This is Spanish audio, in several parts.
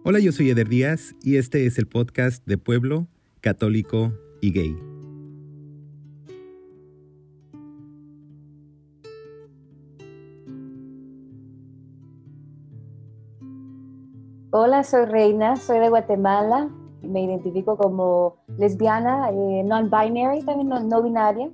Hola, yo soy Eder Díaz y este es el podcast de Pueblo, Católico y Gay. Hola, soy Reina, soy de Guatemala. Me identifico como lesbiana, non-binary, también no binaria,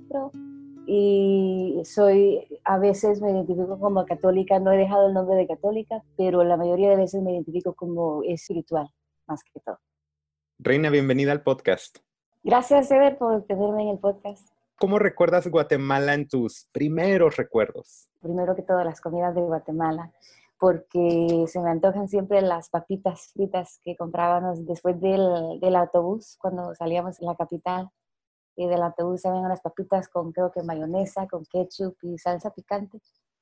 y a veces me identifico como católica. No he dejado el nombre de católica, pero la mayoría de veces me identifico como espiritual, más que todo. Reina, bienvenida al podcast. Gracias, Eder, por tenerme en el podcast. ¿Cómo recuerdas Guatemala en tus primeros recuerdos? Primero que todo, las comidas de Guatemala, porque se me antojan siempre las papitas fritas que comprábamos después del autobús, cuando salíamos en la capital. Y del autobús habían unas papitas con, creo que mayonesa, con ketchup y salsa picante.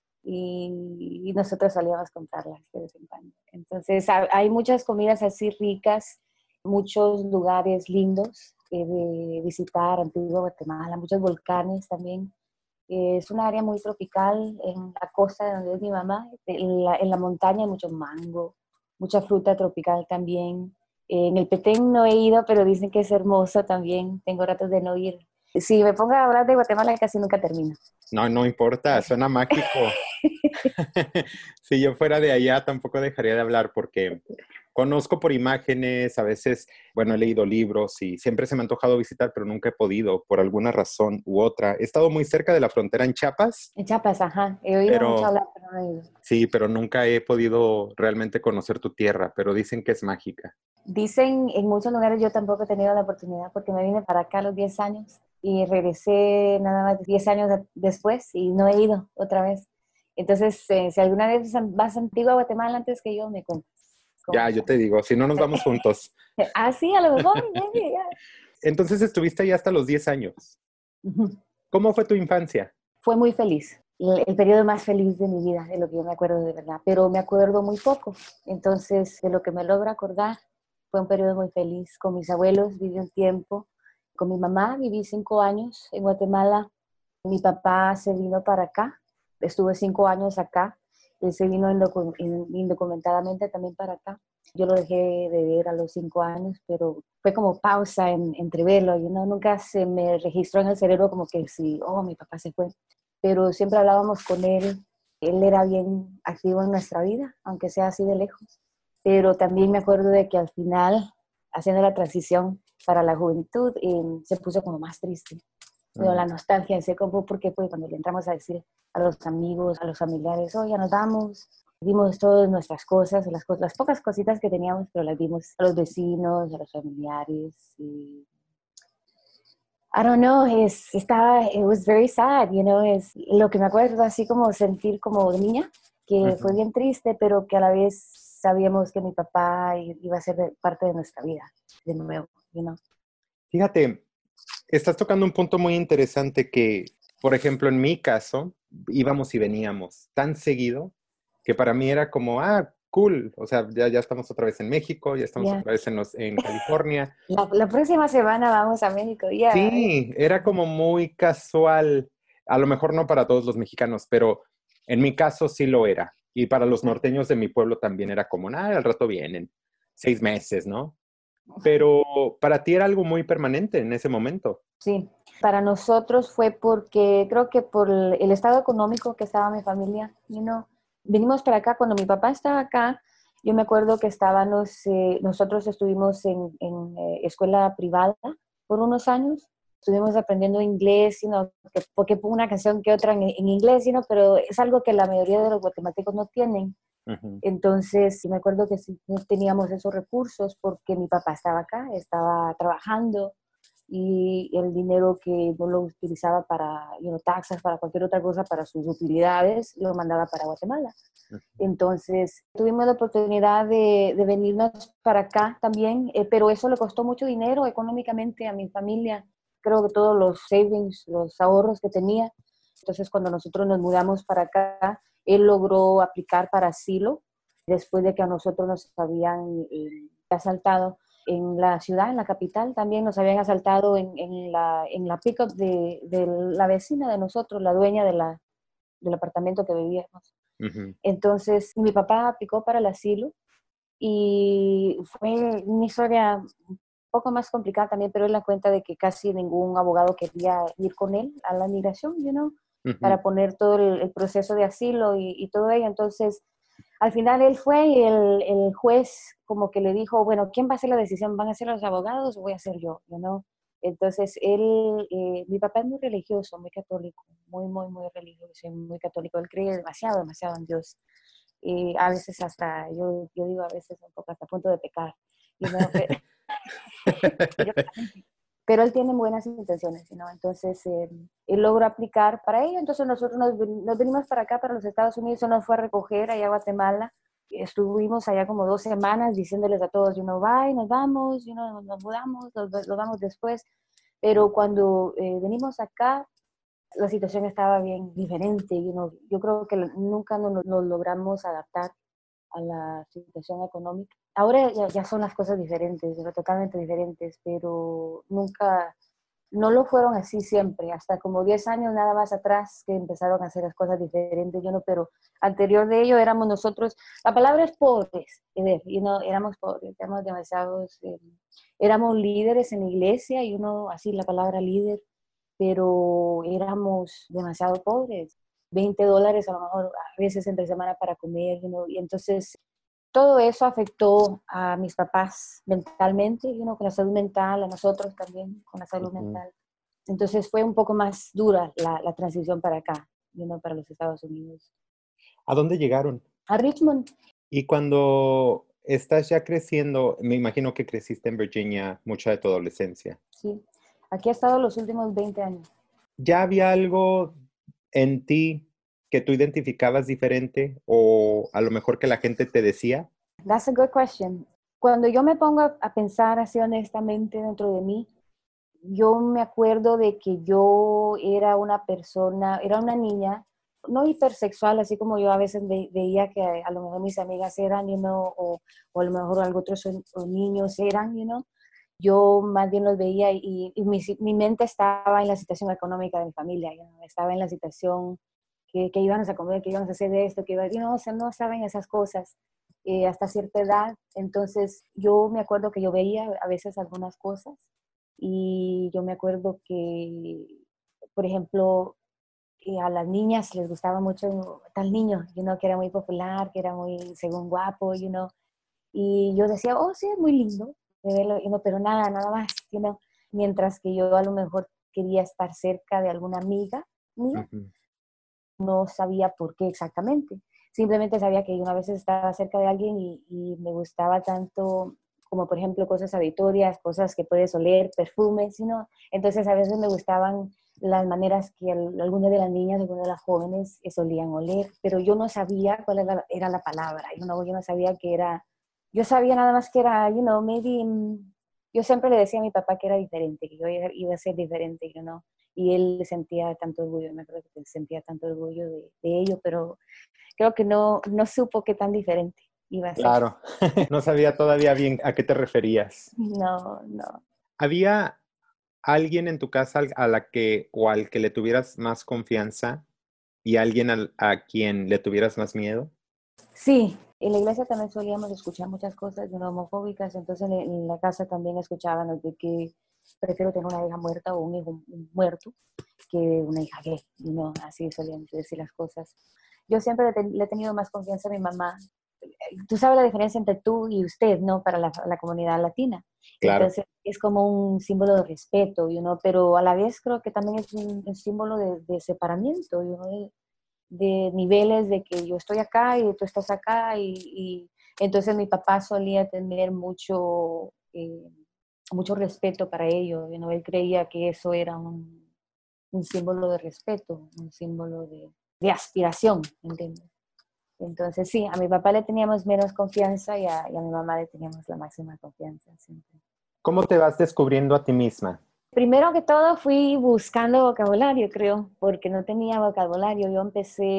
Y nosotros salíamos a comprarlas de vez en cuando. Entonces, hay muchas comidas así ricas, muchos lugares lindos de visitar, Antigua Guatemala, muchos volcanes también. Es una área muy tropical en la costa donde es mi mamá. En la montaña hay mucho mango, mucha fruta tropical también. En el Petén no he ido, pero dicen que es hermoso también. Tengo ratos de no ir. Si me pongo a hablar de Guatemala, casi nunca termino. No importa, suena mágico. Si yo fuera de allá, tampoco dejaría de hablar porque conozco por imágenes, a veces, bueno, he leído libros y siempre se me ha antojado visitar, pero nunca he podido por alguna razón u otra. He estado muy cerca de la frontera en Chiapas, En Chiapas, ajá. He oído mucho pero hablar, pero no he ido. sí, pero nunca he podido realmente conocer tu tierra, pero dicen que es mágica. Dicen en muchos lugares, yo tampoco he tenido la oportunidad porque me vine para acá a los 10 años y regresé nada más 10 años después y no he ido otra vez. Entonces, si alguna vez vas a Antigua Guatemala antes que yo, me cuentas cómo Ya, yo está. te digo, si no nos vamos juntos. Ah, sí, a lo mejor, maybe, yeah. Entonces estuviste ahí hasta los 10 años. Ujú. ¿Cómo fue tu infancia? Fue muy feliz, el periodo más feliz de mi vida, de lo que yo me acuerdo de verdad, pero me acuerdo muy poco. Entonces, de lo que me logro acordar, fue un periodo muy feliz. Con mis abuelos viví un tiempo, con mi mamá viví 5 años en Guatemala. Mi papá se vino para acá, estuve 5 años acá, él se vino indocumentadamente también para acá. Yo lo dejé de ver a los 5 años, pero fue como pausa entre verlo. Nunca se me registró en el cerebro como que sí, oh, mi papá se fue. Pero siempre hablábamos con él. Él era bien activo en nuestra vida, aunque sea así de lejos. Pero también me acuerdo de que al final, haciendo la transición para la juventud, se puso como más triste. La nostalgia, ese como porque pues, cuando le entramos a decir a los amigos, a los familiares, oh, ya nos vamos, dimos todas nuestras cosas, las pocas cositas que teníamos, pero las dimos a los vecinos, a los familiares. Y I don't know, it was very sad, es lo que me acuerdo, así como sentir como de niña, que fue Ujú. bien triste, pero que a la vez sabíamos que mi papá iba a ser parte de nuestra vida, de nuevo, Fíjate, estás tocando un punto muy interesante que, por ejemplo, en mi caso, íbamos y veníamos tan seguido que para mí era como, cool, o sea, ya estamos otra vez en México, ya estamos Yeah. otra vez en California. La próxima semana vamos a México, ya. Yeah. Sí, era como muy casual, a lo mejor no para todos los mexicanos, pero en mi caso sí lo era. Y para los norteños de mi pueblo también era como, al rato vienen, 6 meses, ¿no? Pero para ti era algo muy permanente en ese momento. Sí, para nosotros fue porque creo que por el estado económico que estaba mi familia, venimos para acá, cuando mi papá estaba acá, yo me acuerdo que nosotros estuvimos en escuela privada por unos años, estuvimos aprendiendo inglés, porque pongo una canción que otra en inglés, pero es algo que la mayoría de los guatemaltecos no tienen. Ujú. Entonces, sí me acuerdo que sí no teníamos esos recursos porque mi papá estaba acá, estaba trabajando y el dinero que no lo utilizaba para taxas, para cualquier otra cosa, para sus utilidades, lo mandaba para Guatemala. Entonces, tuvimos la oportunidad de venirnos para acá también, pero eso le costó mucho dinero económicamente a mi familia. Creo que todos los savings, los ahorros que tenía. Entonces, cuando nosotros nos mudamos para acá, él logró aplicar para asilo después de que a nosotros nos habían asaltado en la ciudad, en la capital. También nos habían asaltado en la pick-up de la vecina de nosotros, la dueña del apartamento que vivíamos. Ujú. Entonces, mi papá aplicó para el asilo Y fue una historia un poco más complicada también, pero él da cuenta de que casi ningún abogado quería ir con él a la migración, Ujú. para poner todo el proceso de asilo y todo ello. Entonces, al final él fue y el juez como que le dijo, bueno, ¿quién va a hacer la decisión? ¿Van a ser los abogados o voy a ser yo? Entonces, mi papá es muy religioso, muy católico, muy, muy, muy religioso y muy católico. Él cree demasiado, demasiado en Dios. Y a veces hasta, yo digo a veces un poco hasta a punto de pecar, you know, pero, pero él tiene buenas intenciones, entonces él logró aplicar para ello, entonces nosotros nos venimos para acá, para los Estados Unidos, él nos fue a recoger allá a Guatemala, estuvimos allá como 2 semanas diciéndoles a todos, bye, nos vamos, nos mudamos, nos vamos después, pero cuando venimos acá, la situación estaba bien diferente, yo creo que nunca nos logramos adaptar a la situación económica. Ahora ya son las cosas diferentes, totalmente diferentes, pero nunca, no lo fueron así siempre, hasta como 10 años nada más atrás que empezaron a hacer las cosas diferentes, pero anterior de ello éramos nosotros, la palabra es pobres, éramos pobres, éramos demasiados, éramos líderes en la iglesia y así la palabra líder, pero éramos demasiado pobres. $20 a lo mejor a veces entre semana para comer, y entonces todo eso afectó a mis papás mentalmente, con la salud mental, a nosotros también con la salud Ujú. mental. Entonces fue un poco más dura la transición para acá, para los Estados Unidos. ¿A dónde llegaron? A Richmond, Y cuando estás ya creciendo, me imagino que creciste en Virginia mucha de tu adolescencia. sí. Aquí he estado los últimos 20 años. ¿Ya había algo en ti que tú identificabas diferente o a lo mejor que la gente te decía? That's a good question. Cuando yo me pongo a pensar así honestamente dentro de mí, yo me acuerdo de que yo era una persona, era una niña, no hipersexual, así como yo a veces veía que a lo mejor mis amigas eran, o a lo mejor algo otros niños eran, yo más bien los veía y mi mente estaba en la situación económica de mi familia, estaba en la situación que íbamos a comer, que íbamos a hacer de esto, o sea, no estaba en esas cosas hasta cierta edad. Entonces yo me acuerdo que yo veía a veces algunas cosas y yo me acuerdo que, por ejemplo, a las niñas les gustaba mucho tal niño, que era muy popular, que era muy, según guapo, y yo decía, oh, sí, es muy lindo de verlo, pero nada, nada más, mientras que yo a lo mejor quería estar cerca de alguna amiga mía, Ujú. no sabía por qué exactamente. Simplemente sabía que una vez estaba cerca de alguien y me gustaba tanto como por ejemplo cosas auditorias, cosas que puedes oler, perfumes, Entonces a veces me gustaban las maneras que algunas de las niñas, algunas de las jóvenes solían oler, pero yo no sabía cuál era la palabra, yo no sabía que era, yo sabía nada más que era, maybe, yo siempre le decía a mi papá que era diferente, que yo iba a ser diferente, y él sentía tanto orgullo, me acuerdo que sentía tanto orgullo de ello, pero creo que no supo qué tan diferente iba a ser. Claro, no sabía todavía bien a qué te referías. No, no. ¿Había alguien en tu casa a la que o al que le tuvieras más confianza y alguien a quien le tuvieras más miedo? Sí, en la iglesia también solíamos escuchar muchas cosas homofóbicas, entonces en la casa también escuchábamos de que prefiero tener una hija muerta o un hijo muerto que una hija gay, así solían decir las cosas. Yo siempre le he tenido más confianza a mi mamá. Tú sabes la diferencia entre tú y usted, ¿no? Para la comunidad latina. Claro. Entonces es como un símbolo de respeto, pero a la vez creo que también es un símbolo de separamiento, de niveles de que yo estoy acá y tú estás acá y entonces mi papá solía tener mucho respeto para ello, él creía que eso era un símbolo de respeto, un símbolo de aspiración, ¿entiendes? Entonces sí, a mi papá le teníamos menos confianza y a mi mamá le teníamos la máxima confianza siempre. ¿Cómo te vas descubriendo a ti misma? Primero que todo fui buscando vocabulario, creo, porque no tenía vocabulario. Yo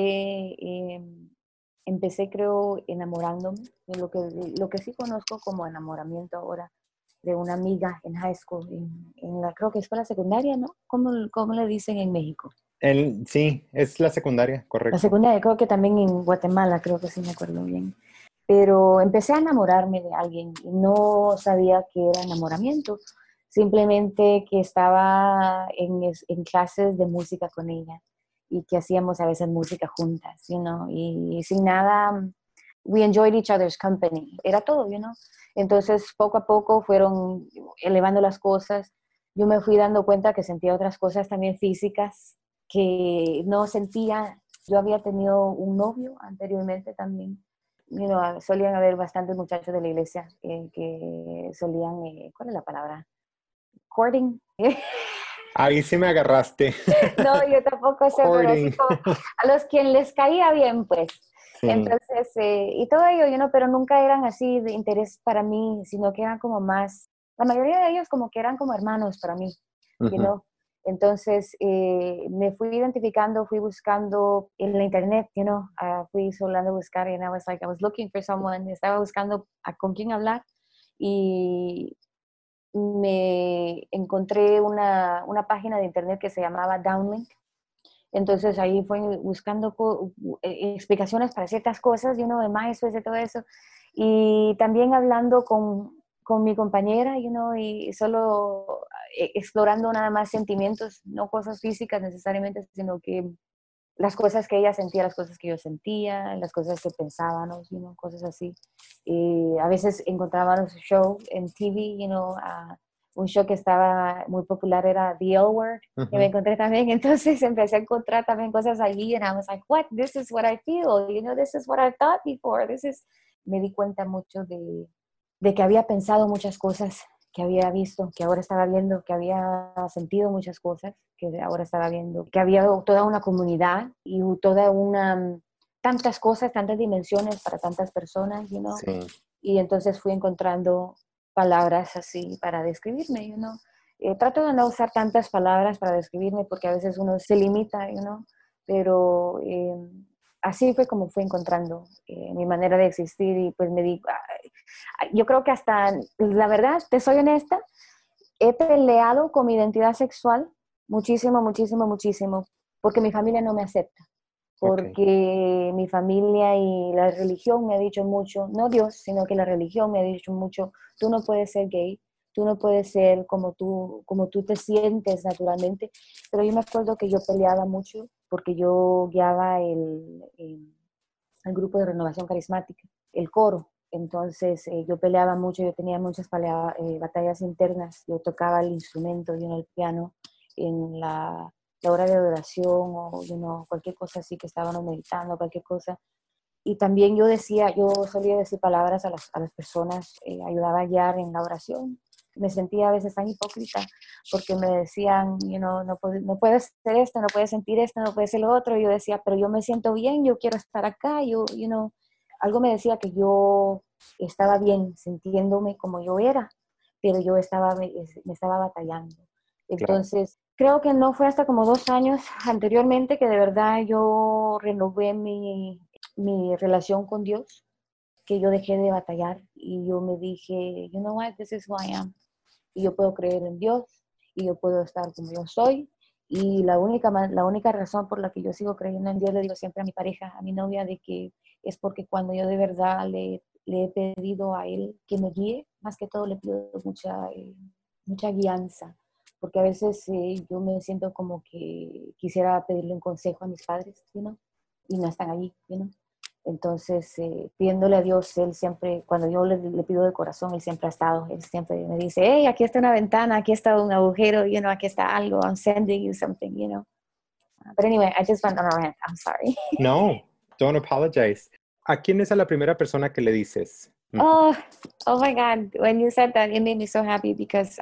empecé creo, enamorándome, de lo que sí conozco como enamoramiento ahora, de una amiga en high school, en la, creo que escuela secundaria, ¿no? ¿Cómo le dicen en México? Sí, es la secundaria, La correcto. secundaria, creo que también en Guatemala, creo que sí me acuerdo bien. pero empecé a enamorarme de alguien y no sabía qué era enamoramiento, simplemente que estaba en clases de música con ella y que hacíamos a veces música juntas, y sin nada, we enjoyed each other's company, era todo. Entonces, poco a poco fueron elevando las cosas, yo me fui dando cuenta que sentía otras cosas también físicas que no sentía. Yo había tenido un novio anteriormente también. Solían haber bastantes muchachos de la iglesia que solían, ¿cuál es la palabra? Courting. Ahí sí me agarraste. No, yo tampoco sé, pero sí Courting. como a los que les caía bien, pues. Sí. Entonces, y todo ello, pero nunca eran así de interés para mí, sino que eran como más, la mayoría de ellos como que eran como hermanos para mí, you Ujú. know. Entonces, me fui identificando, fui buscando en la internet, fui solando buscar, and I was looking for someone, estaba buscando con quién hablar, y me encontré una página de internet que se llamaba Downlink. Entonces ahí fue buscando explicaciones para ciertas cosas, de MySpace y todo eso. Y también hablando con mi compañera, y solo explorando nada más sentimientos, no cosas físicas necesariamente, sino que las cosas que ella sentía, las cosas que yo sentía, las cosas que pensábamos, cosas así. Y a veces encontrábamos un show en TV, un show que estaba muy popular era The L Word, que me Ujú. encontré también. Entonces empecé a encontrar también cosas allí, and I was like, what? This is what I feel, this is what I thought before. Me di cuenta mucho de que había pensado muchas cosas, que había visto, que ahora estaba viendo, que había sentido muchas cosas, que ahora estaba viendo, que había toda una comunidad y tantas cosas, tantas dimensiones para tantas personas, Sí. y entonces fui encontrando palabras así para describirme, trato de no usar tantas palabras para describirme porque a veces uno se limita, pero así fue como fui encontrando mi manera de existir y pues me di, yo creo que hasta, la verdad, te soy honesta, he peleado con mi identidad sexual muchísimo, muchísimo, muchísimo, porque mi familia no me acepta, Ok. porque mi familia y la religión me ha dicho mucho, no Dios, sino que la religión me ha dicho mucho, tú no puedes ser gay, tú no puedes ser como tú te sientes naturalmente, pero yo me acuerdo que yo peleaba mucho porque yo guiaba el grupo de renovación carismática, el coro. Entonces yo peleaba mucho, yo tenía muchas batallas internas, yo tocaba el instrumento, el piano en la hora de adoración o cualquier cosa así que estábamos meditando, cualquier cosa. Y también yo solía decir palabras a las personas, ayudaba a guiar en la oración. Me sentía a veces tan hipócrita porque me decían, no puedes hacer esto, no puedes sentir esto, no puedes ser lo otro. Y yo decía, pero yo me siento bien, yo quiero estar acá. Algo me decía que yo estaba bien, sintiéndome como yo era, pero me estaba batallando. Claro. Entonces, creo que no fue hasta como 2 años anteriormente que de verdad yo renové mi relación con Dios, que yo dejé de batallar y yo me dije, you know what, this is who I am. Y yo puedo creer en Dios y yo puedo estar como yo soy. Y la única razón por la que yo sigo creyendo en Dios, le digo siempre a mi pareja, a mi novia, de que es porque cuando yo de verdad le he pedido a Él que me guíe, más que todo le pido mucha guianza, porque a veces yo me siento como que quisiera pedirle un consejo a mis padres, y no están allí, Entonces, pidiéndole a Dios, Él siempre, cuando yo le pido de corazón, Él siempre ha estado, Él siempre me dice, hey, aquí está una ventana, aquí está un agujero, aquí está algo, I'm sending you something. But anyway, I just went on a rant, I'm sorry. No, don't apologize. ¿A quién es a la primera persona que le dices? Ujú. Oh, oh my God, when you said that, it made me so happy because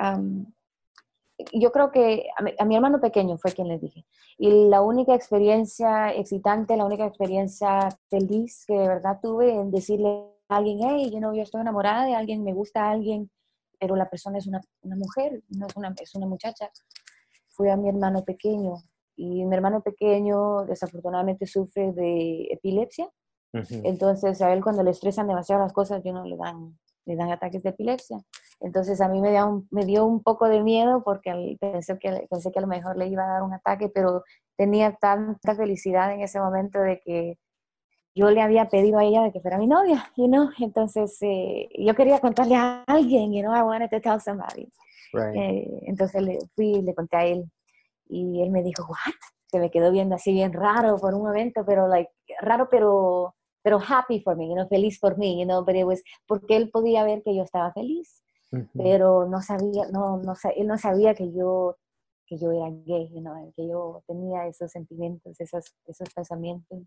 yo creo que a mi hermano pequeño fue quien le dije. Y la única experiencia excitante, la única experiencia feliz que de verdad tuve en decirle a alguien, hey, yo estoy enamorada de alguien, me gusta alguien, pero la persona es una mujer, no es una muchacha. Fui a mi hermano pequeño. Y mi hermano pequeño desafortunadamente sufre de epilepsia. Ujú. Entonces a él cuando le estresan demasiado las cosas, le dan ataques de epilepsia. Entonces a mí me dio un poco de miedo porque pensé que a lo mejor le iba a dar un ataque, pero tenía tanta felicidad en ese momento de que yo le había pedido a ella de que fuera mi novia, entonces yo quería contarle a alguien, I wanted to tell somebody. Right. Entonces le conté a él y él me dijo, what? Se me quedó viendo así bien raro por un momento, pero raro, pero happy for me, feliz por mí, porque él podía ver que yo estaba feliz, pero no sabía, él no sabía que yo era gay, que yo tenía esos sentimientos, esos pensamientos,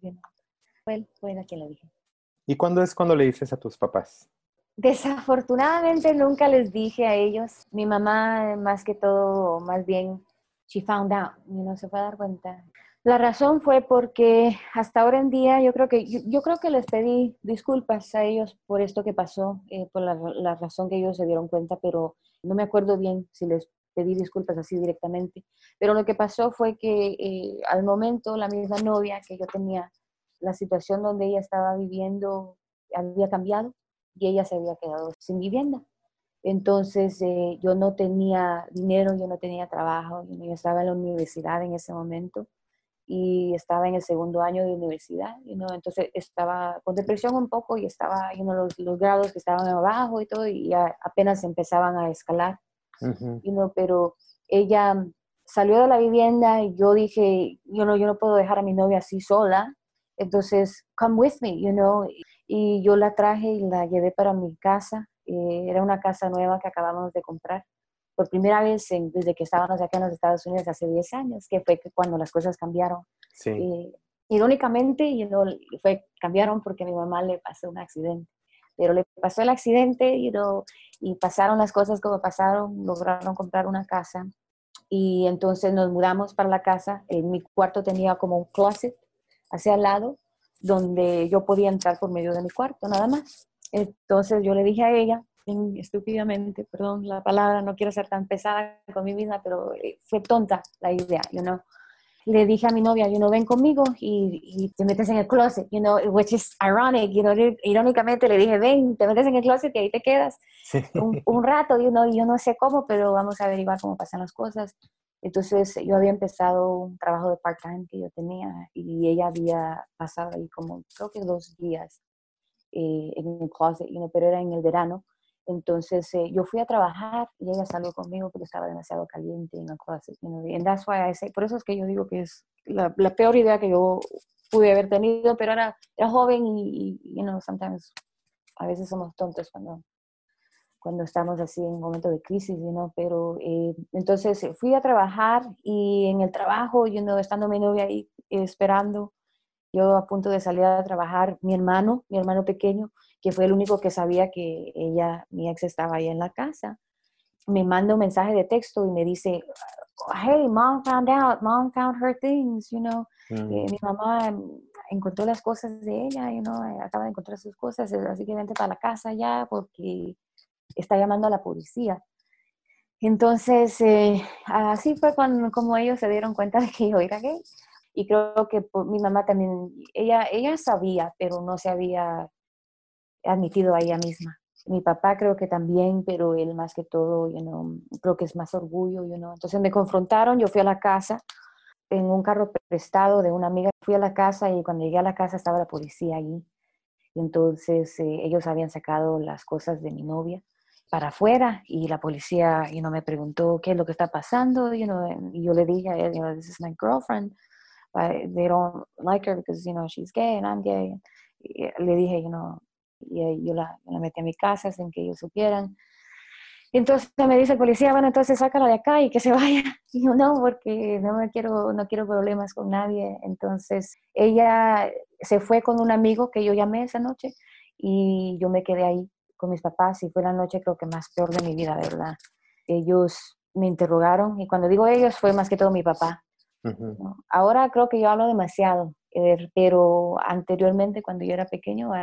Fue la que le dije. ¿Y cuándo es cuando le dices a tus papás? Desafortunadamente nunca les dije a ellos. Mi mamá, más que todo, más bien, she found out, se fue a dar cuenta. La razón fue porque hasta ahora en día yo creo que les pedí disculpas a ellos por esto que pasó, por la razón que ellos se dieron cuenta, pero no me acuerdo bien si les pedí disculpas así directamente. Pero lo que pasó fue que al momento la misma novia que yo tenía, la situación donde ella estaba viviendo había cambiado y ella se había quedado sin vivienda. Entonces yo no tenía dinero, yo no tenía trabajo, yo estaba en la universidad en ese momento y estaba en el segundo año de universidad, entonces estaba con depresión un poco y estaba, los grados que estaban abajo y todo, y apenas empezaban a escalar, pero ella salió de la vivienda y yo dije, yo no puedo dejar a mi novia así sola, entonces, come with me, y yo la traje y la llevé para mi casa, era una casa nueva que acabamos de comprar, por primera vez desde que estábamos acá en los Estados Unidos hace 10 años, que fue cuando las cosas cambiaron. Sí. Irónicamente, cambiaron porque a mi mamá le pasó un accidente, pero le pasó el accidente, y pasaron las cosas como pasaron, lograron comprar una casa, y entonces nos mudamos para la casa. En mi cuarto tenía como un closet hacia al lado, donde yo podía entrar por medio de mi cuarto, nada más. Entonces yo le dije a ella, estúpidamente, perdón la palabra, no quiero ser tan pesada con mi misma, pero fue tonta la idea, Le dije a mi novia, ven conmigo y te metes en el closet, which is ironic, irónicamente le dije, ven, te metes en el closet y ahí te quedas Sí. un rato, y yo no sé cómo, pero vamos a averiguar cómo pasan las cosas. Entonces yo había empezado un trabajo de part-time que yo tenía y ella había pasado ahí como, creo que 2 días en el closet, pero era en el verano. Entonces yo fui a trabajar y ella salió conmigo porque estaba demasiado caliente en el closet. And that's why I say, por eso es que yo digo que es la peor idea que yo pude haber tenido, pero era joven y sometimes a veces somos tontos cuando estamos así en un momento de crisis, pero entonces fui a trabajar y en el trabajo, estando mi novia ahí esperando, yo a punto de salir a trabajar, mi hermano pequeño, que fue el único que sabía que mi ex estaba ahí en la casa, me manda un mensaje de texto y me dice, hey, mom found her things, mi mamá encontró las cosas de ella, acaba de encontrar sus cosas, así que vente para la casa ya porque está llamando a la policía. Entonces, así fue como ellos se dieron cuenta de que yo era gay. Y creo que mi mamá también, ella sabía, pero no se había admitido a ella misma. Mi papá creo que también, pero él más que todo, creo que es más orgullo, Entonces me confrontaron, yo fui a la casa en un carro prestado de una amiga. Fui a la casa y cuando llegué a la casa estaba la policía allí. Entonces ellos habían sacado las cosas de mi novia para afuera y la policía me preguntó qué es lo que está pasando, y yo le dije a él, this is my girlfriend, they don't like her because, she's gay and I'm gay. Y le dije, y yo la metí a mi casa sin que ellos supieran. Y entonces me dice el policía, bueno, entonces sácala de acá y que se vaya. Y yo, no, porque no quiero problemas con nadie. Entonces ella se fue con un amigo que yo llamé esa noche y yo me quedé ahí con mis papás y fue la noche creo que más peor de mi vida, de verdad. Ellos me interrogaron y cuando digo ellos fue más que todo mi papá. ¿No? Ahora creo que yo hablo demasiado, pero anteriormente cuando yo era pequeño,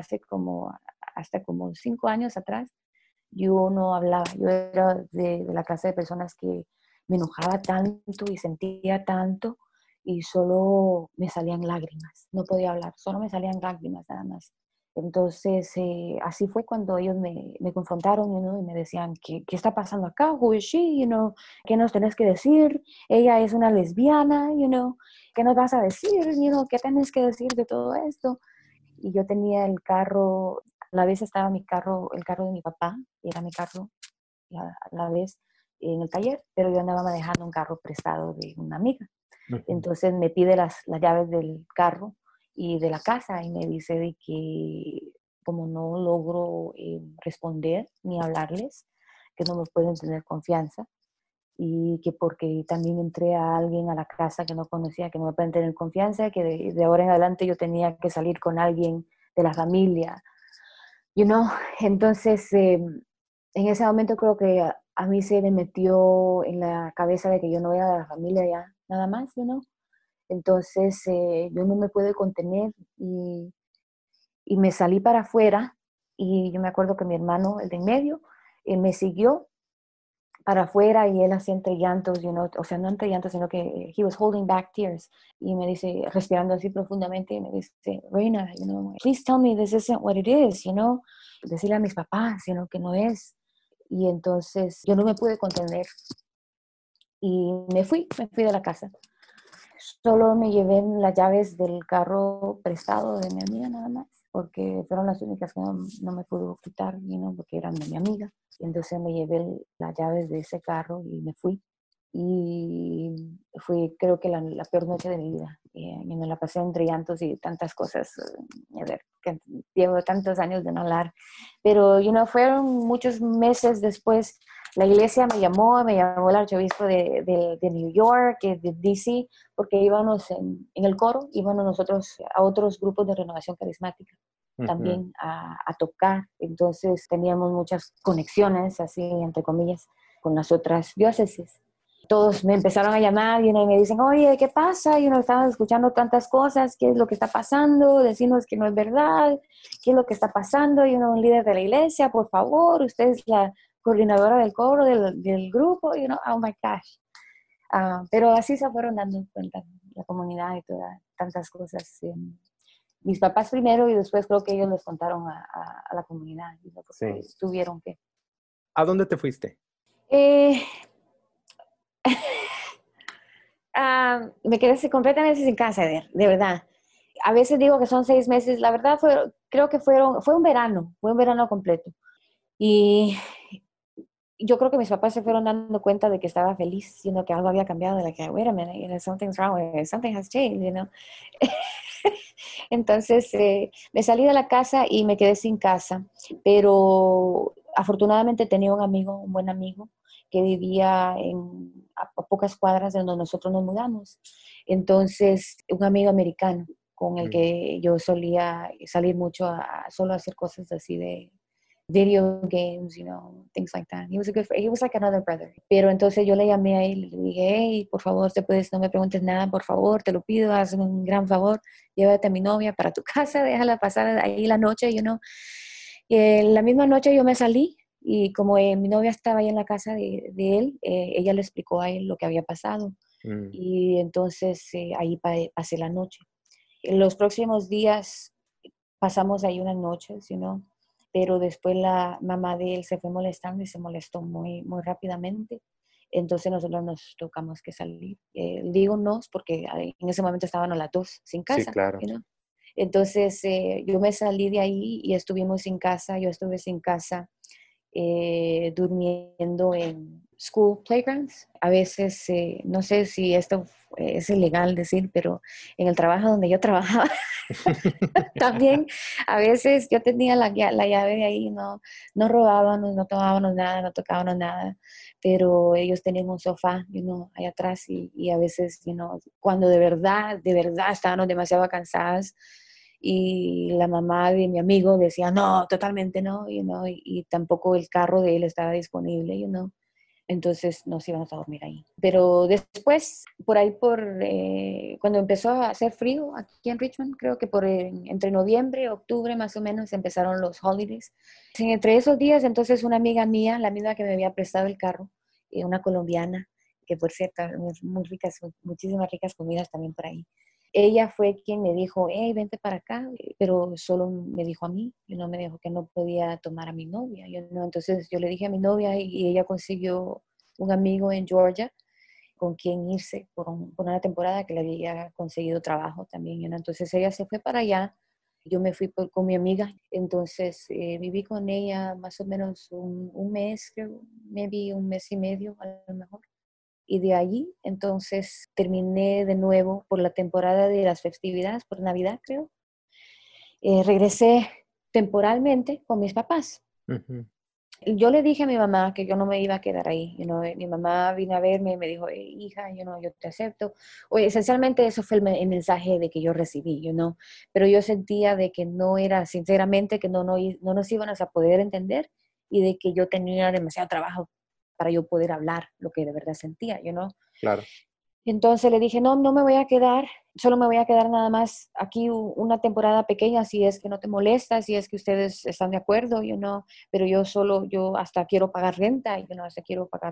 hasta como 5 años atrás, yo no hablaba. Yo era de la clase de personas que me enojaba tanto y sentía tanto y solo me salían lágrimas. No podía hablar, solo me salían lágrimas nada más. Entonces, así fue cuando ellos me confrontaron, y me decían, ¿qué está pasando acá? Who is she? ¿Qué nos tenés que decir? Ella es una lesbiana, ¿qué nos vas a decir? ¿Qué tenés que decir de todo esto? y yo tenía el carro, a la vez estaba mi carro, el carro de mi papá, era mi carro, y a la vez en el taller, pero yo andaba manejando un carro prestado de una amiga. Ujú. Entonces me pide las llaves del carro y de la casa y me dice de que como no logro responder ni hablarles, que no me pueden tener confianza y que porque también entré a alguien a la casa que no conocía, que no me pueden tener confianza, que de ahora en adelante yo tenía que salir con alguien de la familia, you know. Entonces, en ese momento creo que a mí se me metió en la cabeza de que yo no era de la familia ya, nada más, you know. Entonces, yo no me pude contener y me salí para afuera y yo me acuerdo que mi hermano, el de en medio, me siguió para afuera y él hacía entre llantos, you know, o sea, no entre llantos, sino que he was holding back tears. Y me dice, respirando así profundamente, y me dice, Reina, you know, please tell me this isn't what it is, you know. Decirle a mis papás, you know, que no es. Y entonces yo no me pude contener y me fui de la casa. Solo me llevé las llaves del carro prestado de mi amiga nada más, porque fueron las únicas que no me pudo quitar, you know, porque eran de mi amiga. Y entonces me llevé las llaves de ese carro y me fui. Y fue creo que la peor noche de mi vida. Y me la pasé entre llantos y tantas cosas. A ver, que llevo tantos años de no hablar. Pero, you know, fueron muchos meses después. La iglesia me llamó el arzobispo de New York, de DC, porque íbamos en el coro, íbamos nosotros a otros grupos de renovación carismática Ujú. también a tocar. Entonces teníamos muchas conexiones, así entre comillas, con las otras diócesis. Todos me empezaron a llamar y me dicen, oye, ¿qué pasa? Y estamos escuchando tantas cosas, ¿qué es lo que está pasando? Decimos que no es verdad, ¿qué es lo que está pasando? Y un líder de la iglesia, por favor, usted es la coordinadora del coro, del grupo, oh my gosh. Pero así se fueron dando cuenta la comunidad y todas tantas cosas. Mis papás primero y después creo que ellos les contaron a la comunidad, ¿no? Porque Sí. tuvieron que. ¿A dónde te fuiste? Eh, Me quedé completamente sin casa, de verdad. A veces digo que son 6 meses, la verdad creo que fue un verano completo. Y yo creo que mis papás se fueron dando cuenta de que estaba feliz, sino que algo había cambiado, de like, wait a minute, something's wrong, something has changed, you know. Entonces me salí de la casa y me quedé sin casa, pero afortunadamente tenía un amigo, un buen amigo, que vivía a pocas cuadras de donde nosotros nos mudamos. Entonces, un amigo americano con el Mm. que yo solía salir mucho a solo hacer cosas así de video games, things like that. He was like another brother. Pero entonces yo le llamé a él y le dije, hey, por favor, no me preguntes nada, por favor, te lo pido, hazme un gran favor, llévate a mi novia para tu casa, déjala pasar ahí la noche, Y la misma noche yo me salí y como mi novia estaba ahí en la casa de él, ella le explicó a él lo que había pasado. Mm. Y entonces ahí pasé la noche. En los próximos días pasamos ahí unas noches, pero después la mamá de él se fue molestando y se molestó muy, muy rápidamente. Entonces nosotros nos tocamos que salir. Digo nos porque en ese momento estábamos las dos sin Sí, casa, claro. Entonces yo me salí de ahí y estuvimos sin casa. Yo estuve sin casa durmiendo en school playgrounds. A veces, no sé si esto es ilegal decir, pero en el trabajo donde yo trabajaba, también a veces yo tenía la llave de ahí, no robábamos, no tomábamos nada, no tocábamos nada, pero ellos tenían un sofá, allá atrás y a veces, cuando de verdad estábamos demasiado cansadas y la mamá de mi amigo decía, no, totalmente no, y tampoco el carro de él estaba disponible, entonces nos íbamos a dormir ahí. Pero después, cuando empezó a hacer frío aquí en Richmond, creo que entre noviembre y octubre más o menos empezaron los holidays. Entre esos días, entonces una amiga mía, la misma que me había prestado el carro, una colombiana, que por cierto, muy ricas, muchísimas ricas comidas también por ahí. Ella fue quien me dijo, hey, vente para acá, pero solo me dijo a mí, me dijo que no podía tomar a mi novia. Entonces yo le dije a mi novia y ella consiguió un amigo en Georgia con quien irse por una temporada que le había conseguido trabajo también. Entonces ella se fue para allá Yo me fui con mi amiga, entonces viví con ella más o menos un mes, creo, maybe un mes y medio a lo mejor. Y de allí, entonces, terminé de nuevo por la temporada de las festividades, por Navidad, creo. Regresé temporalmente con mis papás. Ujú. Yo le dije a mi mamá que yo no me iba a quedar ahí. Mi mamá vino a verme y me dijo, hija, yo te acepto. Oye, esencialmente eso fue el mensaje de que yo recibí, pero yo sentía de que no era, sinceramente, que no nos iban a poder entender y de que yo tenía demasiado trabajo para yo poder hablar lo que de verdad sentía, Claro. Entonces le dije, no, no me voy a quedar, solo me voy a quedar nada más aquí una temporada pequeña, si es que no te molesta, si es que ustedes están de acuerdo, pero yo hasta quiero pagar renta, hasta quiero pagar,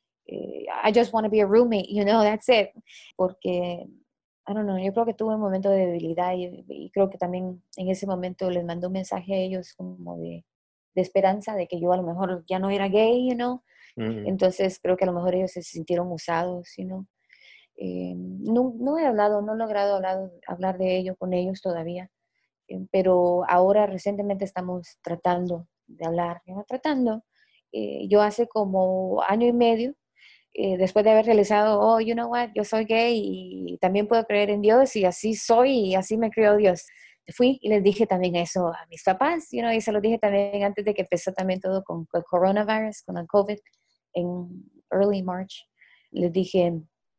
I just want to be a roommate, that's it. Porque, I don't know, yo creo que tuve un momento de debilidad y creo que también en ese momento les mandé un mensaje a ellos como de esperanza, de que yo a lo mejor ya no era gay, Mm, Entonces creo que a lo mejor ellos se sintieron usados, no he hablado, no he logrado hablar de ello con ellos todavía, pero ahora recientemente estamos tratando de hablar, tratando. Yo hace como año y medio, después de haber realizado, oh, you know what, yo soy gay y también puedo creer en Dios y así soy y así me crió Dios. Fui y les dije también eso a mis papás, y se lo dije también antes de que empezó también todo con el coronavirus, con el COVID, en early March. Les dije,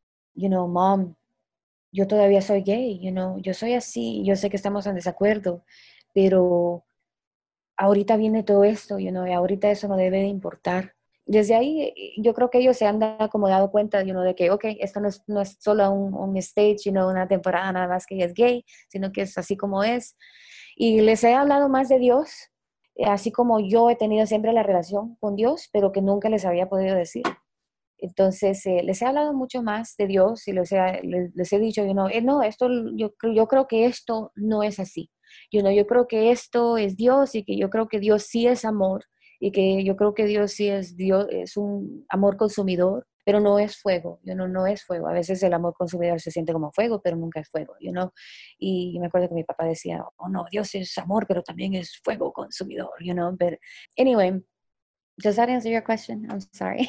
Mom, yo todavía soy gay, yo soy así, yo sé que estamos en desacuerdo, pero ahorita viene todo esto, y ahorita eso no debe de importar. Desde ahí, yo creo que ellos se han como dado cuenta, de que, ok, esto no es solo un stage, una temporada nada más que ella es gay, sino que es así como es. Y les he hablado más de Dios, así como yo he tenido siempre la relación con Dios, pero que nunca les había podido decir. Entonces, les he hablado mucho más de Dios y les he dicho, no, yo creo que esto no es así. Yo creo que esto es Dios y que yo creo que Dios sí es amor y que yo creo que Dios sí es Dios, es un amor consumidor, pero no es fuego, no es fuego. A veces el amor consumidor se siente como fuego, pero nunca es fuego. Y me acuerdo que mi papá decía, oh no, Dios es amor, pero también es fuego consumidor, But anyway, does that answer your question? I'm sorry.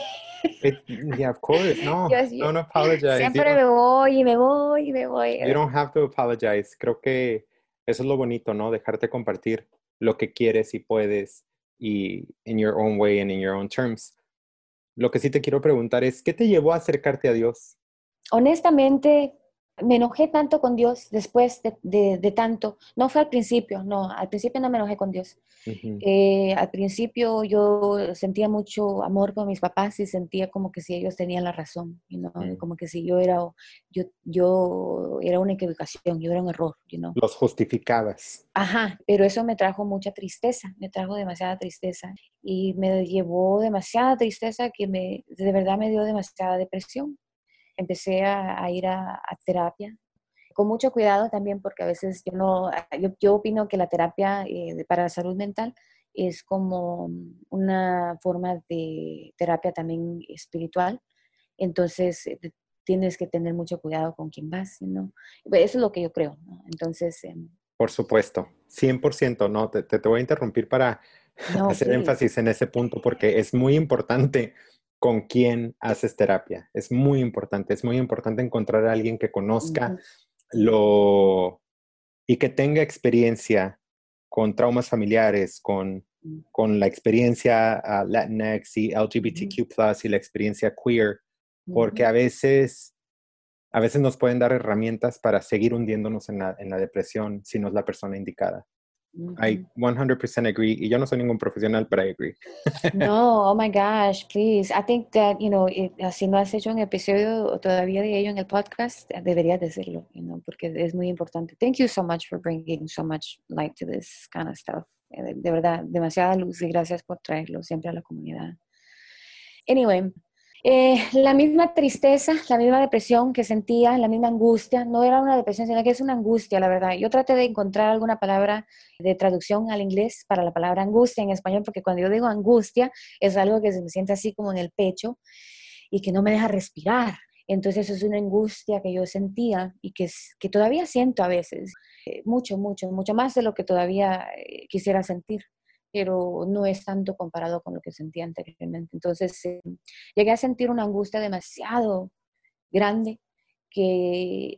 Yeah, of course. No, Yo don't apologize. siempre me voy y me voy y me voy. You don't have to apologize. Creo que eso es lo bonito, ¿no? Dejarte compartir lo que quieres y puedes y in your own way and in your own terms. Lo que sí te quiero preguntar es, ¿qué te llevó a acercarte a Dios? Honestamente, me enojé tanto con Dios después de tanto. No fue al principio no me enojé con Dios. Ujú, Al principio yo sentía mucho amor por mis papás y sentía como que si ellos tenían la razón, mm. como que si yo era una equivocación, yo era un error, Los justificabas. Ajá, pero eso me trajo mucha tristeza, me trajo demasiada tristeza y me llevó demasiada tristeza de verdad me dio demasiada depresión. Empecé a ir a terapia, con mucho cuidado también porque a veces yo no, yo opino que la terapia para la salud mental es como una forma de terapia también espiritual, entonces tienes que tener mucho cuidado con quién vas, ¿no? Eso es lo que yo creo, ¿no? Entonces, Por supuesto, 100%. No, te voy a interrumpir para no, hacer please. énfasis en ese punto porque es muy importante con quién haces terapia. Es muy importante encontrar a alguien que conozca Ujú, lo y que tenga experiencia con traumas familiares, con la experiencia Latinx y ujú, LGBTQ+, y la experiencia queer, porque ujú, a veces nos pueden dar herramientas para seguir hundiéndonos en la depresión si no es la persona indicada. I ujú. 100% agree. Y yo no soy ningún profesional, pero I agree. No, oh my gosh, please. I think that, si no has hecho un episodio todavía de ello en el podcast, deberías decirlo, porque es muy importante. Thank you so much for bringing so much light to this kind of stuff. De verdad, demasiada luz y gracias por traerlo siempre a la comunidad. Anyway, la misma tristeza, la misma depresión que sentía, la misma angustia, no era una depresión, sino que es una angustia, la verdad. Yo traté de encontrar alguna palabra de traducción al inglés para la palabra angustia en español, porque cuando yo digo angustia es algo que se me siente así como en el pecho y que no me deja respirar. Entonces es una angustia que yo sentía y que todavía siento a veces, mucho, mucho, mucho más de lo que todavía quisiera sentir, pero no es tanto comparado con lo que sentía anteriormente. Entonces llegué a sentir una angustia demasiado grande que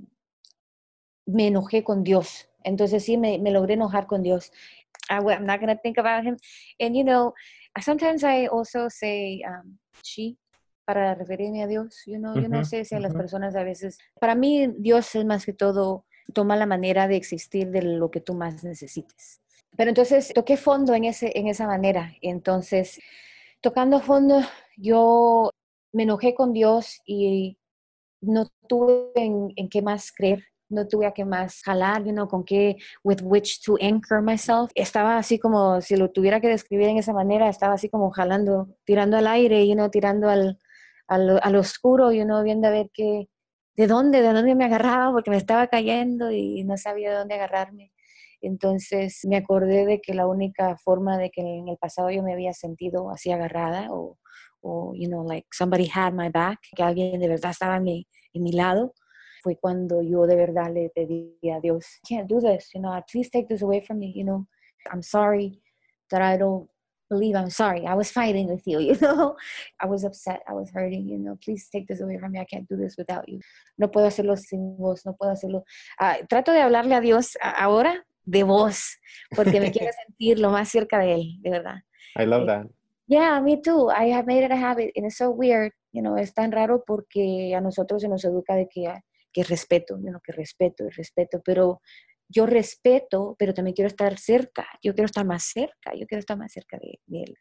me enojé con Dios. Entonces sí, me logré enojar con Dios. I'm not going to think about him. And sometimes I also say she para referirme a Dios. Yo no Ujú, sé si a las ujú. personas a veces, para mí Dios es más que todo, toma la manera de existir de lo que tú más necesites. Pero entonces toqué fondo en esa manera. Entonces, tocando fondo, yo me enojé con Dios y no tuve en qué más creer, no tuve a qué más jalar, con qué, with which to anchor myself. Estaba así como, si lo tuviera que describir en esa manera, estaba así como jalando, tirando al aire, tirando al oscuro, viendo a ver de dónde me agarraba, porque me estaba cayendo y no sabía de dónde agarrarme. Entonces me acordé de que la única forma de que en el pasado yo me había sentido así agarrada o like somebody had my back, que alguien de verdad estaba en mi lado, fue cuando yo de verdad le pedí a Dios, can't do this, please take this away from me, I'm sorry that I don't believe I'm sorry. I was fighting with you, I was upset, I was hurting, please take this away from me. I can't do this without you. No puedo hacerlo sin vos, no puedo hacerlo. Trato de hablarle a Dios ahora de vos, porque me quiero sentir lo más cerca de Él, de verdad. I love that. Yeah, me too. I have made it a habit, and it's so weird. Es tan raro porque a nosotros se nos educa de que respeto, que respeto, y respeto, pero yo respeto, pero también quiero estar cerca. Yo quiero estar más cerca. Yo quiero estar más cerca de él.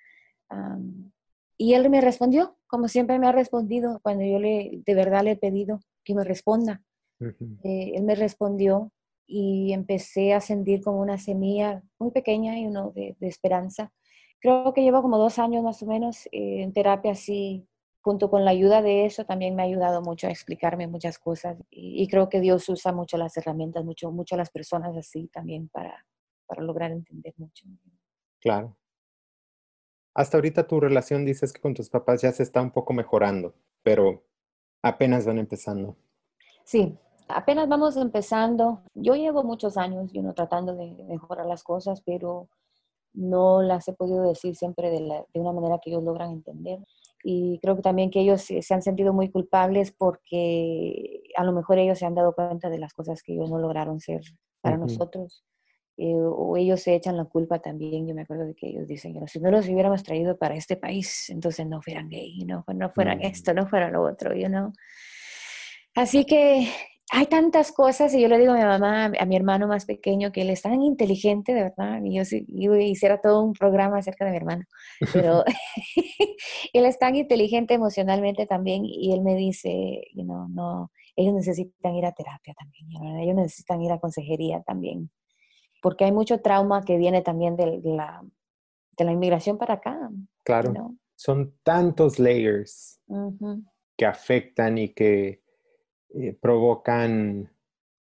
Y él me respondió, como siempre me ha respondido cuando yo de verdad le he pedido que me responda. Ujú. Él me respondió y empecé a sentir como una semilla muy pequeña de esperanza. Creo que llevo como 2 años más o menos en terapia, así, junto con la ayuda de eso, también me ha ayudado mucho a explicarme muchas cosas. Y creo que Dios usa mucho las herramientas, mucho las personas así también para lograr entender mucho. Claro. Hasta ahorita tu relación dices que con tus papás ya se está un poco mejorando, pero apenas van empezando. Sí, apenas vamos empezando. Yo llevo muchos años, tratando de mejorar las cosas, pero no las he podido decir siempre de una manera que ellos logran entender. Y creo que también que ellos se han sentido muy culpables porque a lo mejor ellos se han dado cuenta de las cosas que ellos no lograron ser para Ujú, nosotros. O ellos se echan la culpa también. Yo me acuerdo de que ellos dicen, si no los hubiéramos traído para este país, entonces no fueran gay, no fueran mm. esto, no fueran lo otro, Así que hay tantas cosas y yo le digo a mi mamá, a mi hermano más pequeño, que él es tan inteligente, de verdad, y yo hiciera todo un programa acerca de mi hermano, pero él es tan inteligente emocionalmente también y él me dice, no, ellos necesitan ir a terapia también, ellos necesitan ir a consejería también, porque hay mucho trauma que viene también de la inmigración para acá, you Claro, know. son tantos layers Ujú. que afectan y que provocan,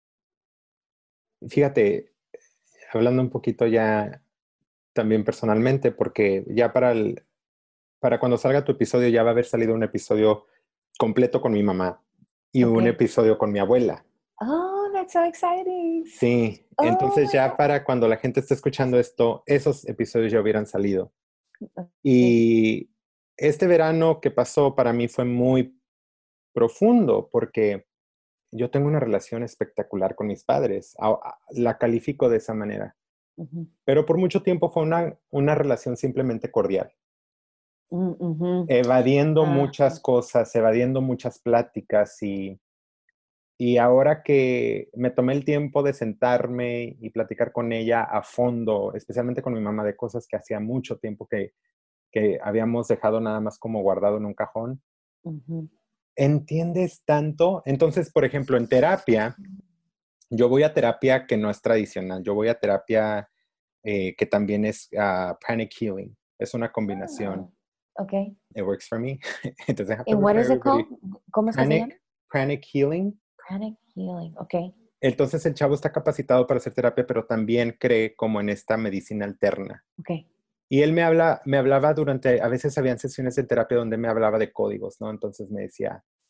fíjate, hablando un poquito ya también personalmente, porque ya para cuando salga tu episodio ya va a haber salido un episodio completo con mi mamá y un Okay. episodio con mi abuela. Oh, that's so exciting. Sí, Oh entonces my ya God. para cuando la gente esté escuchando esto, esos episodios ya hubieran salido. Okay. Y este verano que pasó para mí fue muy profundo porque yo tengo una relación espectacular con mis padres. La califico de esa manera. Ujú. Pero por mucho tiempo fue una relación simplemente cordial, Ujú. evadiendo Ajá. muchas cosas, evadiendo muchas pláticas y ahora que me tomé el tiempo de sentarme y platicar con ella a fondo, especialmente con mi mamá, de cosas que hacía mucho tiempo que habíamos dejado nada más como guardado en un cajón, Ujú. entiendes tanto. Entonces, por ejemplo, en terapia, yo voy a terapia que no es tradicional, yo voy a terapia que también es pranic healing, es una combinación. Oh, okay. It works for me. It doesn't have to And work what for is it called? everybody. ¿Cómo es que se llama? Pranic healing. Pranic healing. Okay. Entonces el chavo está capacitado para hacer terapia, pero también cree como en esta medicina alterna. Okay. Y él me hablaba a veces habían sesiones de terapia donde me hablaba de códigos, ¿no? Entonces me decía,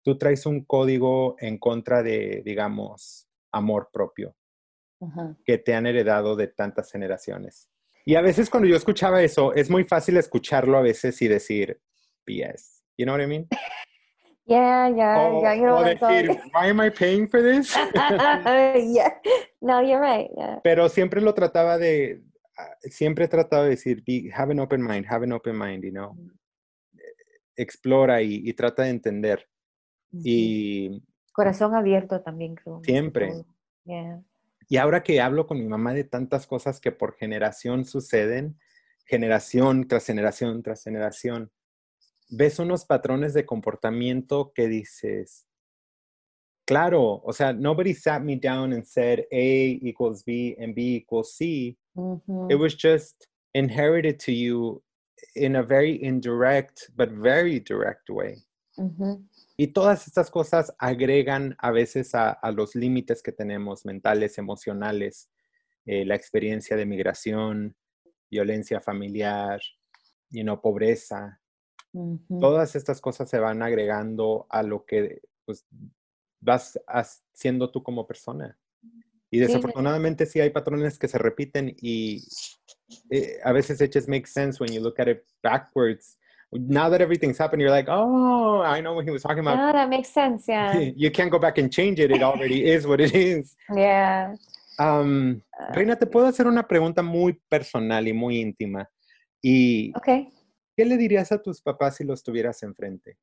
tú traes un código en contra de, digamos, amor propio Ajá. que te han heredado de tantas generaciones. Y a veces cuando yo escuchaba eso, es muy fácil escucharlo a veces y decir, BS. You know what I mean? Yeah, you know O what I'm decir, talking. why am I paying for this? Yeah. No, you're right. Yeah. Pero siempre lo trataba de, siempre he tratado de decir, have an open mind, you know. Explora y trata de entender. Ujú. Y Corazón abierto también, creo, más que siempre. todo. Yeah. Y ahora que hablo con mi mamá de tantas cosas que por generación suceden, generación tras generación tras generación, ves unos patrones de comportamiento que dices, claro, o sea, nobody sat me down and said A equals B and B equals C. It Ujú. was just inherited to you in a very indirect but very direct way. Ujú. Y todas estas cosas agregan a veces a los límites que tenemos mentales, emocionales, la experiencia de migración, violencia familiar, pobreza. Ujú. Todas estas cosas se van agregando a lo que pues, vas siendo tú como persona. Y Sí, desafortunadamente sí hay patrones que se repiten y a veces it just makes sense when you look at it backwards. Now that everything's happened, you're like, oh, I know what he was talking about. yeah, that makes sense, yeah. You can't go back and change it. It already is what it is. Yeah. Reina, te puedo hacer una pregunta muy personal y muy íntima. ¿Y Okay. qué le dirías a tus papás si los tuvieras enfrente?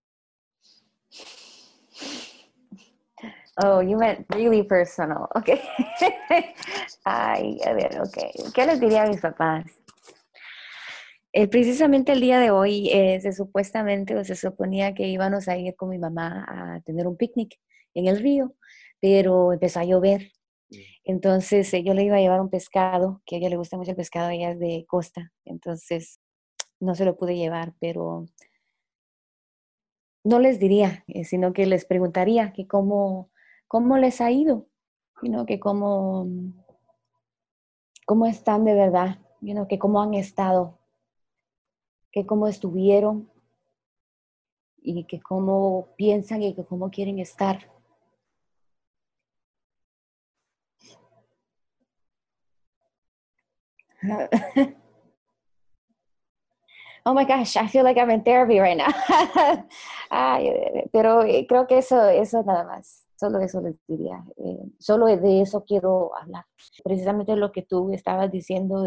Oh, you meant really personal. Okay. Ay, a ver, okay. ¿Qué les diría a mis papás? Precisamente el día de hoy supuestamente o se suponía que íbamos a ir con mi mamá a tener un picnic en el río, pero empezó a llover. Entonces yo le iba a llevar un pescado, que a ella le gusta mucho el pescado, ella es de costa, entonces no se lo pude llevar, pero no les diría, sino que les preguntaría que cómo les ha ido, que cómo están de verdad, que cómo han estado, que cómo estuvieron y que cómo piensan y que cómo quieren estar. Oh my gosh, I feel like I'm in therapy right now. Ay, pero creo que eso nada más, solo eso les diría. Solo de eso quiero hablar. Precisamente lo que tú estabas diciendo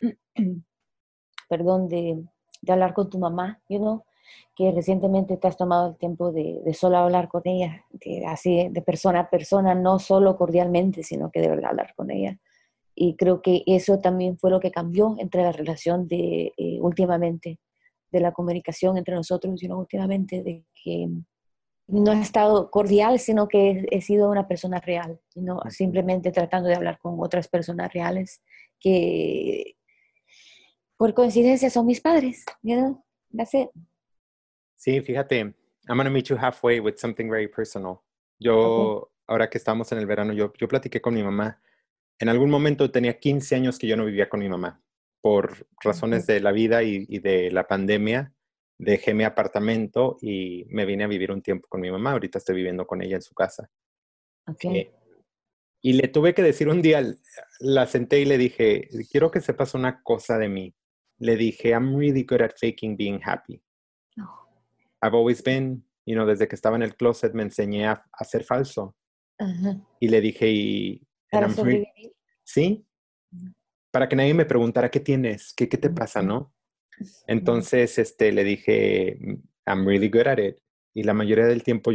perdón, de hablar con tu mamá, que recientemente te has tomado el tiempo de solo hablar con ella, así de persona a persona, no solo cordialmente, sino que de verdad hablar con ella. Y creo que eso también fue lo que cambió entre la relación últimamente, de la comunicación entre nosotros, últimamente, de que no he estado cordial, sino que he sido una persona real, simplemente tratando de hablar con otras personas reales que por coincidencia son mis padres, that's it. Sí, fíjate, I'm gonna meet you halfway with something very personal. Okay. Ahora que estamos en el verano, yo platiqué con mi mamá. En algún momento tenía 15 años que yo no vivía con mi mamá. Por razones Uh-huh. de la vida y de la pandemia, dejé mi apartamento y me vine a vivir un tiempo con mi mamá. Ahorita estoy viviendo con ella en su casa. Okay. Y le tuve que decir un día, la senté y le dije, quiero que sepas una cosa de mí. Le dije, I'm really good at faking being happy. Oh. I've always been, desde que estaba en el closet me enseñé a ser falso. Uh-huh. Y le dije, Para sobrevivir. sí, para que nadie me preguntara qué tienes, qué te pasa, Uh-huh. ¿no? Entonces, le dije, I'm really good at it. Y la mayoría del tiempo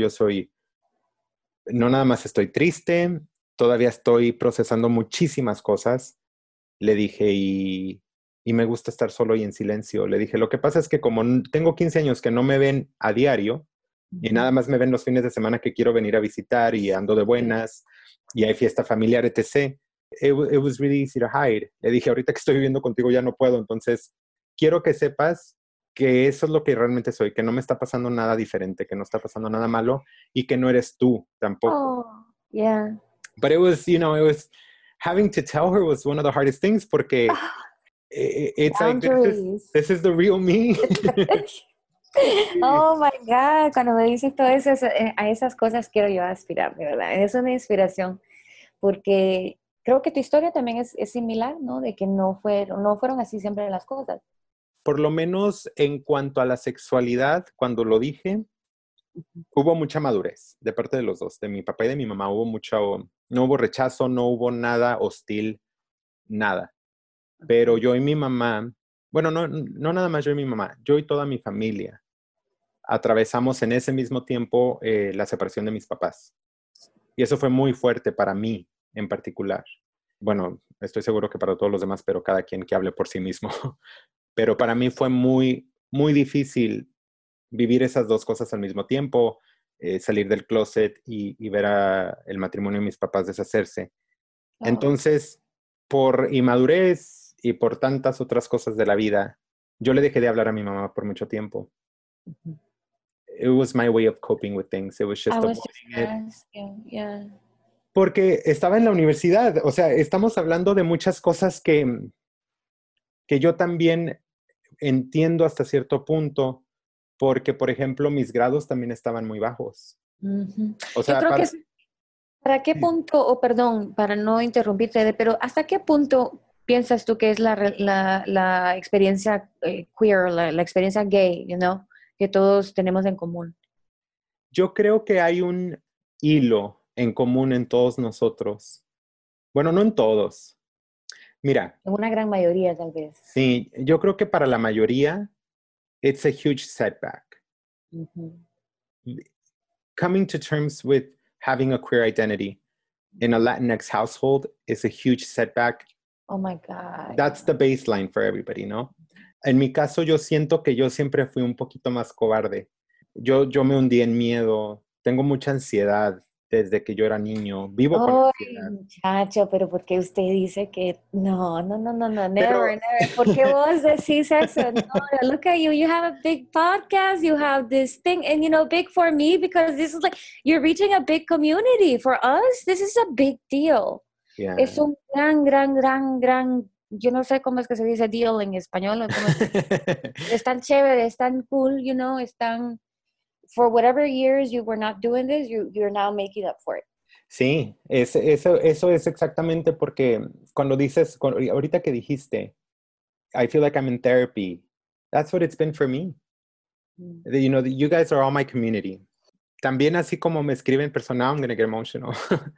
no nada más estoy triste, todavía estoy procesando muchísimas cosas. Le dije, y me gusta estar solo y en silencio. Le dije, lo que pasa es que como tengo 15 años que no me ven a diario, y Uh-huh. nada más me ven los fines de semana que quiero venir a visitar y ando de buenas, y hay fiesta familiar, etc. It was really easy to hide. Le dije, ahorita que estoy viviendo contigo ya no puedo, entonces quiero que sepas que eso es lo que realmente soy, que no me está pasando nada diferente, que no está pasando nada malo y que no eres tú tampoco. Oh, yeah. But it was having to tell her was one of the hardest things porque it's like, Boundaries. this is the real me. Oh my God, cuando me dices todo eso, a esas cosas quiero yo aspirar, de verdad. Es una inspiración, porque creo que tu historia también es similar, ¿no? De que no fueron así siempre las cosas. Por lo menos en cuanto a la sexualidad, cuando lo dije, hubo mucha madurez de parte de los dos, de mi papá y de mi mamá. No hubo rechazo, no hubo nada hostil, nada. Pero yo y mi mamá, bueno, no nada más yo y mi mamá, yo y toda mi familia atravesamos en ese mismo tiempo la separación de mis papás. Y eso fue muy fuerte para mí en particular. Bueno, estoy seguro que para todos los demás, pero cada quien que hable por sí mismo. Pero para mí fue muy, muy difícil vivir esas dos cosas al mismo tiempo, salir del closet y ver el matrimonio de mis papás deshacerse. Oh. Entonces, por inmadurez y por tantas otras cosas de la vida, yo le dejé de hablar a mi mamá por mucho tiempo. Ujú. It was my way of coping with things. It was I just was just avoiding it. asking, yeah. Porque estaba en la universidad. O sea, estamos hablando de muchas cosas que yo también entiendo hasta cierto punto, porque, por ejemplo, mis grados también estaban muy bajos. Ujú. O Yo sea, creo que ¿para qué punto, o perdón, para no interrumpirte, pero hasta qué punto piensas tú que es la experiencia queer, la experiencia gay, que todos tenemos en común? yo creo que hay un hilo en común en todos nosotros. Bueno, no en todos. Mira, En una gran mayoría, tal vez. sí, yo creo que para la mayoría, it's a huge setback. Ujú. Coming to terms with having a queer identity in a Latinx household is a huge setback. Oh my God. That's the baseline for everybody, ¿no? En mi caso, yo siento que yo siempre fui un poquito más cobarde. Yo me hundí en miedo, tengo mucha ansiedad desde que yo era niño, vivo con Ay, ansiedad. muchacho, pero ¿por qué usted dice que no, no, no, no, no, Pero never, never? ¿Por qué vos decís eso? No, look at you. You have a big podcast. You have this thing, and big for me because this is like you're reaching a big community. For us, this is a big deal. Es yeah. un gran, gran, gran, gran. Yo no sé cómo es que se dice deal en español o cómo es tan chévere, es tan cool, es tan. For whatever years you were not doing this, you're now making up for it. Sí, eso es exactamente porque cuando dices, ahorita que dijiste, I feel like I'm in therapy, that's what it's been for me. Mm. You guys are all my community. También así como me escriben personas, I'm gonna get emotional.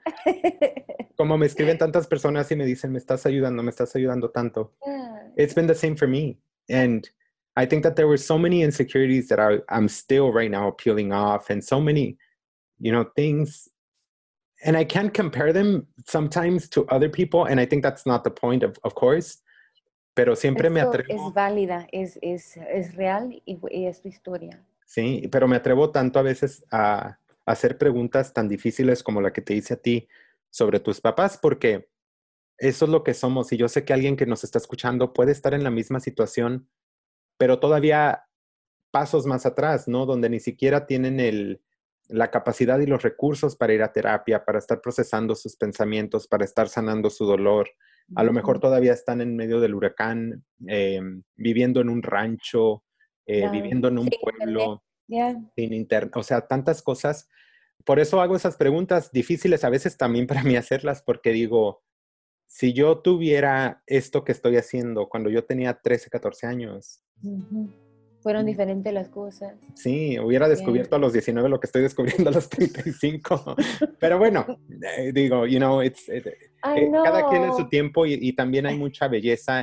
Como me escriben tantas personas y me dicen, me estás ayudando tanto. Yeah. It's been the same for me. And I think that there were so many insecurities that I'm still right now peeling off, and so many, things. And I can't compare them sometimes to other people. And I think that's not the point, of course. Pero siempre me Esto es atrevo, válida, es real y es tu historia. sí, pero me atrevo tanto a veces a hacer preguntas tan difíciles como la que te hice a ti sobre tus papás, porque eso es lo que somos. Y yo sé que alguien que nos está escuchando puede estar en la misma situación, pero todavía pasos más atrás, ¿no? Donde ni siquiera tienen la capacidad y los recursos para ir a terapia, para estar procesando sus pensamientos, para estar sanando su dolor. A lo mejor Ujú. todavía están en medio del huracán, viviendo en un rancho, Claro. viviendo en un Sí, internet. pueblo, Ya. sin internet, o sea, tantas cosas. Por eso hago esas preguntas difíciles a veces también para mí hacerlas, porque digo, si yo tuviera esto que estoy haciendo cuando yo tenía 13, 14 años, Ujú. Fueron diferentes las cosas. sí, hubiera Yeah. descubierto a los 19 lo que estoy descubriendo a los 35. Pero bueno, digo, I cada quien en su know. tiempo y también hay mucha belleza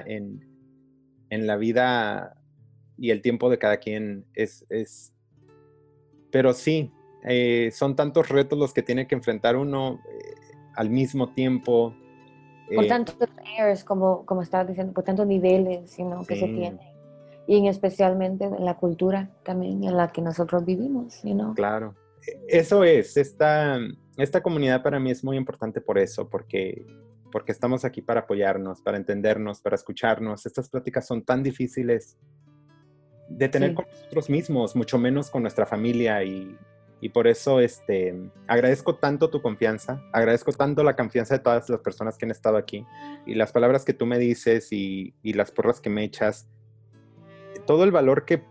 en la vida y el tiempo de cada quien pero sí, son tantos retos los que tiene que enfrentar uno al mismo tiempo. Por eh, tantos layers, como estabas diciendo, por tantos niveles, que se sí, tienen. Y especialmente en la cultura también en la que nosotros vivimos. claro. Eso es, esta comunidad para mí es muy importante por eso, porque estamos aquí para apoyarnos, para entendernos, para escucharnos. Estas pláticas son tan difíciles de tener Sí. con nosotros mismos, mucho menos con nuestra familia y por eso agradezco tanto tu confianza, agradezco tanto la confianza de todas las personas que han estado aquí y las palabras que tú me dices y las porras que me echas, todo el valor que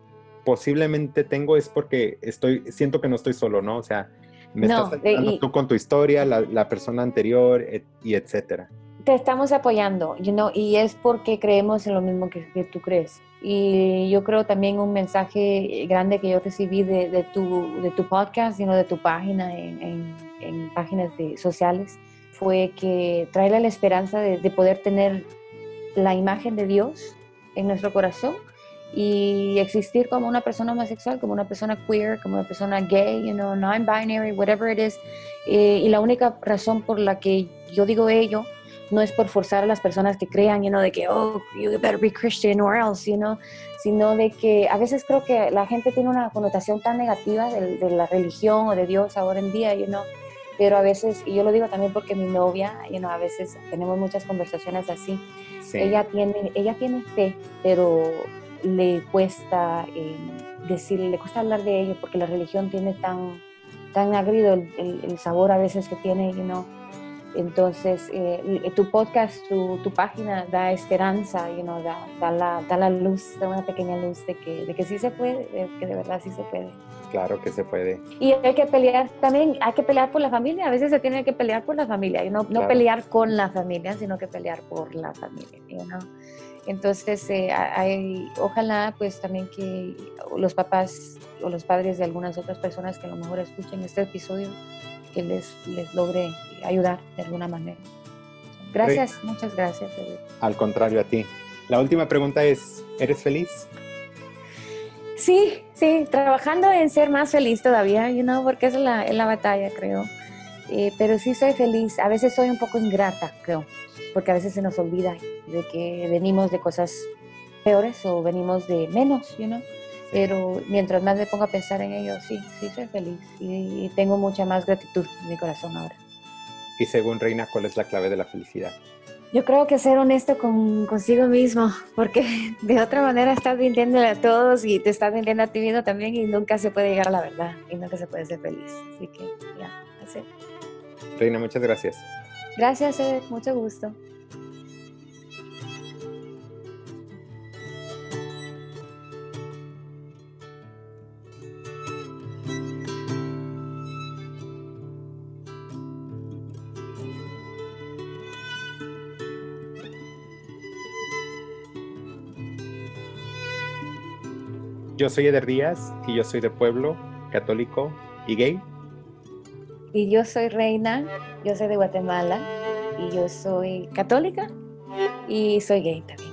posiblemente tengo es porque siento que no estoy solo, ¿no? O sea, me estás No, ayudando tú con tu historia, la persona anterior, y etcétera. te estamos apoyando, y es porque creemos en lo mismo que tú crees. Y yo creo también un mensaje grande que yo recibí de tu podcast, de tu página en páginas sociales, fue que traerle la esperanza de poder tener la imagen de Dios en nuestro corazón y existir como una persona homosexual, como una persona queer, como una persona gay, non-binary, whatever it is. Y la única razón por la que yo digo ello no es por forzar a las personas que crean, de que, oh, you better be Christian or else, sino de que a veces creo que la gente tiene una connotación tan negativa de la religión o de Dios ahora en día, pero a veces, y yo lo digo también porque mi novia, a veces tenemos muchas conversaciones así. Sí. Ella tiene fe, pero le cuesta le cuesta hablar de ello porque la religión tiene tan agrido el sabor a veces que tiene, Entonces, tu podcast, tu página da esperanza, da la luz, da una pequeña luz de que sí se puede, que de verdad sí se puede. Claro que se puede. Y hay que pelear también, hay que pelear por la familia. A veces se tiene que pelear por la familia, no pelear con la familia, sino que pelear por la familia, Entonces, ojalá pues también que los papás o los padres de algunas otras personas que a lo mejor escuchen este episodio, que les logre ayudar de alguna manera. Gracias, sí. Muchas gracias. Al contrario, a ti. La última pregunta es, ¿eres feliz? Sí, trabajando en ser más feliz todavía, porque es la batalla, creo. Pero sí soy feliz. A veces soy un poco ingrata, creo, porque a veces se nos olvida de que venimos de cosas peores o venimos de menos, Pero mientras más me pongo a pensar en ello, sí soy feliz y tengo mucha más gratitud en mi corazón ahora. Y según Reina, ¿cuál es la clave de la felicidad? Yo creo que ser honesto consigo mismo, porque de otra manera estás mintiéndole a todos y te estás mintiendo a ti mismo también y nunca se puede llegar a la verdad y nunca se puede ser feliz. Así que ya, así. Reina, muchas gracias. Gracias, Eder, mucho gusto. Yo soy Eder Díaz y yo soy de pueblo, católico y gay. Y yo soy Reina, yo soy de Guatemala y yo soy católica y soy gay también.